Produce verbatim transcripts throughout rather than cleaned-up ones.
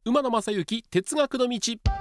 馬野正幸哲学の道。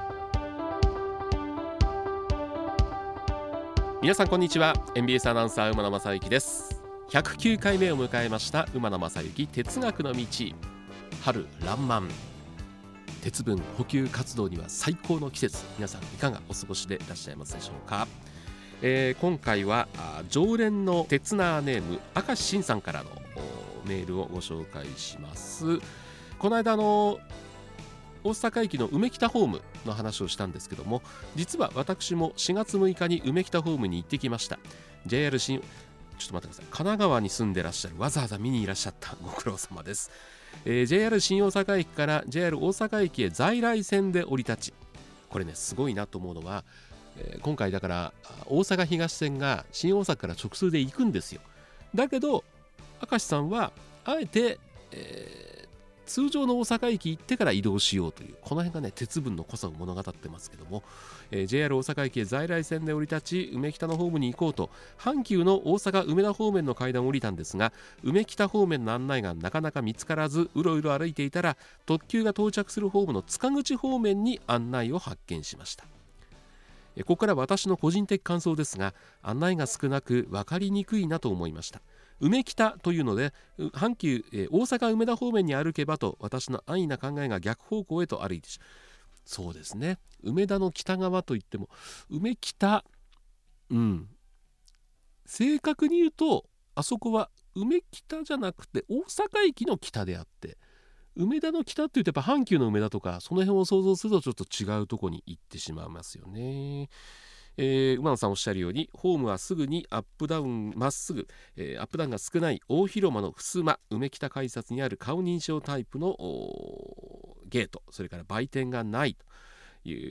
皆さんこんにちは。 エヌビーエス アナウンサー馬野正幸です。ひゃくきゅうかいめを迎えました馬野正幸哲学の道。春爛漫、鉄分補給活動には最高の季節、皆さんいかがお過ごしでいらっしゃいますでしょうか。えー、今回は常連の鉄ナーネーム明石慎さんからのメールをご紹介します。この間の大阪駅の梅北ホームの話をしたんですけども、実は私もしがつむいかに梅北ホームに行ってきました。 ジェイアール 新ちょっと待ってください神奈川に住んでらっしゃる、わざわざ見にいらっしゃったご苦労様です。えー、ジェイアール 新大阪駅から ジェイアール 大阪駅へ在来線で降り立ち、これねすごいなと思うのは、えー、今回だから大阪東線が新大阪から直通で行くんですよ。だけど明石さんはあえて、えー通常の大阪駅行ってから移動しようという、この辺がね鉄分の濃さを物語ってますけども、えー、ジェイアール 大阪駅へ在来線で降り立ち梅北のホームに行こうと阪急の大阪梅田方面の階段を降りたんですが、梅北方面の案内がなかなか見つからずうろうろ歩いていたら、特急が到着するホームの塚口方面に案内を発見しました。ここから私の個人的感想ですが、案内が少なく分かりにくいなと思いました。梅北というので阪急、えー、大阪梅田方面に歩けばと私の安易な考えが逆方向へと歩いてし、そうですね、梅田の北側といっても梅北、うん正確に言うとあそこは梅北じゃなくて大阪駅の北であって、梅田の北って言うとやっぱ阪急の梅田とかその辺を想像するとちょっと違うとこに行ってしまいますよね。えー、馬野さんおっしゃるようにホームはすぐにアップダウンまっすぐ、えー、アップダウンが少ない大広間の襖、梅北改札にある顔認証タイプのゲート、それから売店がないという、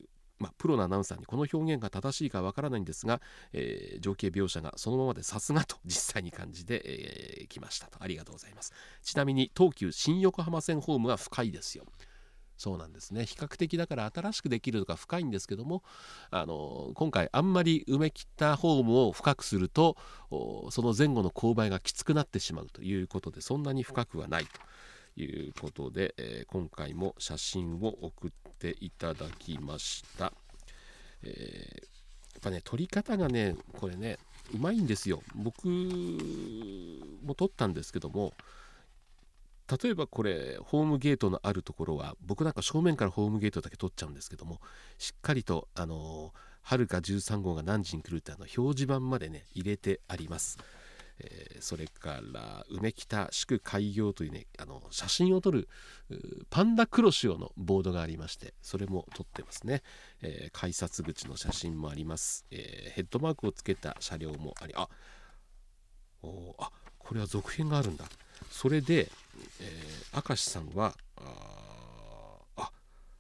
まあ、プロのアナウンサーにこの表現が正しいかわからないんですが、えー、情景描写がそのままでさすがと実際に感じで、えー、きましたと。ありがとうございます。ちなみに東急新横浜線ホームは深いですよ。そうなんですね。比較的だから新しくできるとか深いんですけども、あの今回あんまり埋め切ったホームを深くするとその前後の勾配がきつくなってしまうということで、そんなに深くはないということで、えー、今回も写真を送っていただきました。えー、やっぱね撮り方がねこれねうまいんですよ。僕も撮ったんですけども、例えばこれホームゲートのあるところは僕なんか正面からホームゲートだけ撮っちゃうんですけども、しっかりとあのはるかじゅうさんごうが何時に来るってあの表示板までね入れてあります。えー、それから梅北祝開業というねあの写真を撮るパンダ黒潮のボードがありまして、それも撮ってますね。えー、改札口の写真もあります。えー、ヘッドマークをつけた車両もあり、あおあこれは続編があるんだ。それで、えー、明石さんはああ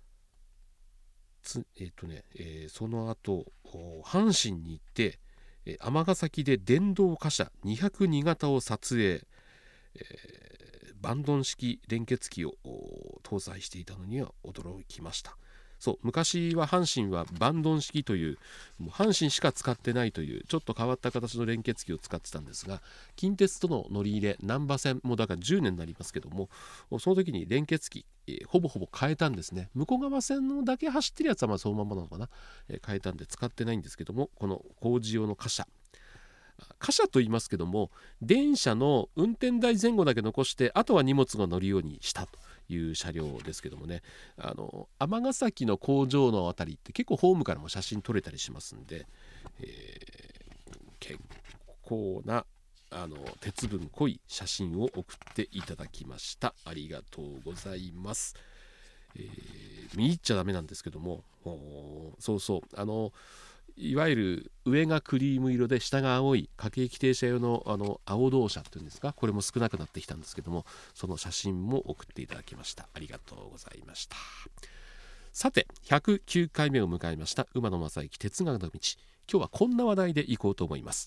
つえっ、ー、とね、えー、その後阪神に行って尼崎で電動貨車にひゃくに型を撮影、えー、バンドン式連結機を搭載していたのには驚きました。そう昔は阪神はバンドン式というもう阪神しか使ってないというちょっと変わった形の連結機を使ってたんですが、近鉄との乗り入れ難波線もだからじゅうねんになりますけども、その時に連結機、えー、ほぼほぼ変えたんですね。向こう側線のだけ走ってるやつはまあそのままなのかな、えー、変えたんで使ってないんですけども、この工事用の貨車貨車と言いますけども、電車の運転台前後だけ残してあとは荷物が乗るようにしたという車両ですけどもね、あの尼崎の工場のあたりって結構ホームからも写真撮れたりしますんで、えー、結構なあの鉄分濃い写真を送っていただきました。ありがとうございます。えー、見入っちゃダメなんですけども、そうそうあのいわゆる上がクリーム色で下が青い各駅停車用 の, あの青銅車っていうんですか、これも少なくなってきたんですけども、その写真も送っていただきました。ありがとうございました。さてひゃくきゅうかいめを迎えました馬野正幸哲学の道。今日はこんな話題でいこうと思います。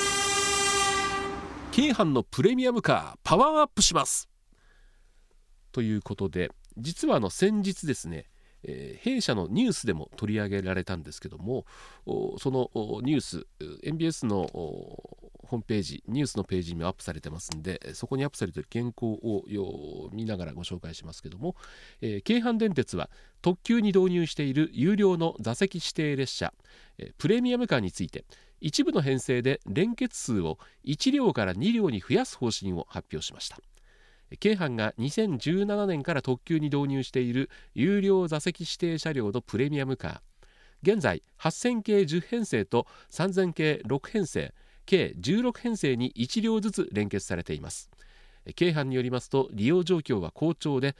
京阪のプレミアムカーパワーアップしますということで、実はあの先日ですね、えー、弊社のニュースでも取り上げられたんですけども、そのニュース エヌビーエス のホホームページ、ニュースのページにもアップされてますんで、そこにアップされている原稿を読みながらご紹介しますけども、えー、京阪電鉄は特急に導入している有料の座席指定列車、えー、プレミアムカーについて、一部の編成で連結数をいち両からに両に増やす方針を発表しました。京阪がにせんじゅうななねんから特急に導入している有料座席指定車両のプレミアムカー、現在はっせん系じゅう編成とさんぜん系ろく編成、計じゅうろく編成にいち両ずつ連結されています。京阪によりますと、利用状況は好調で、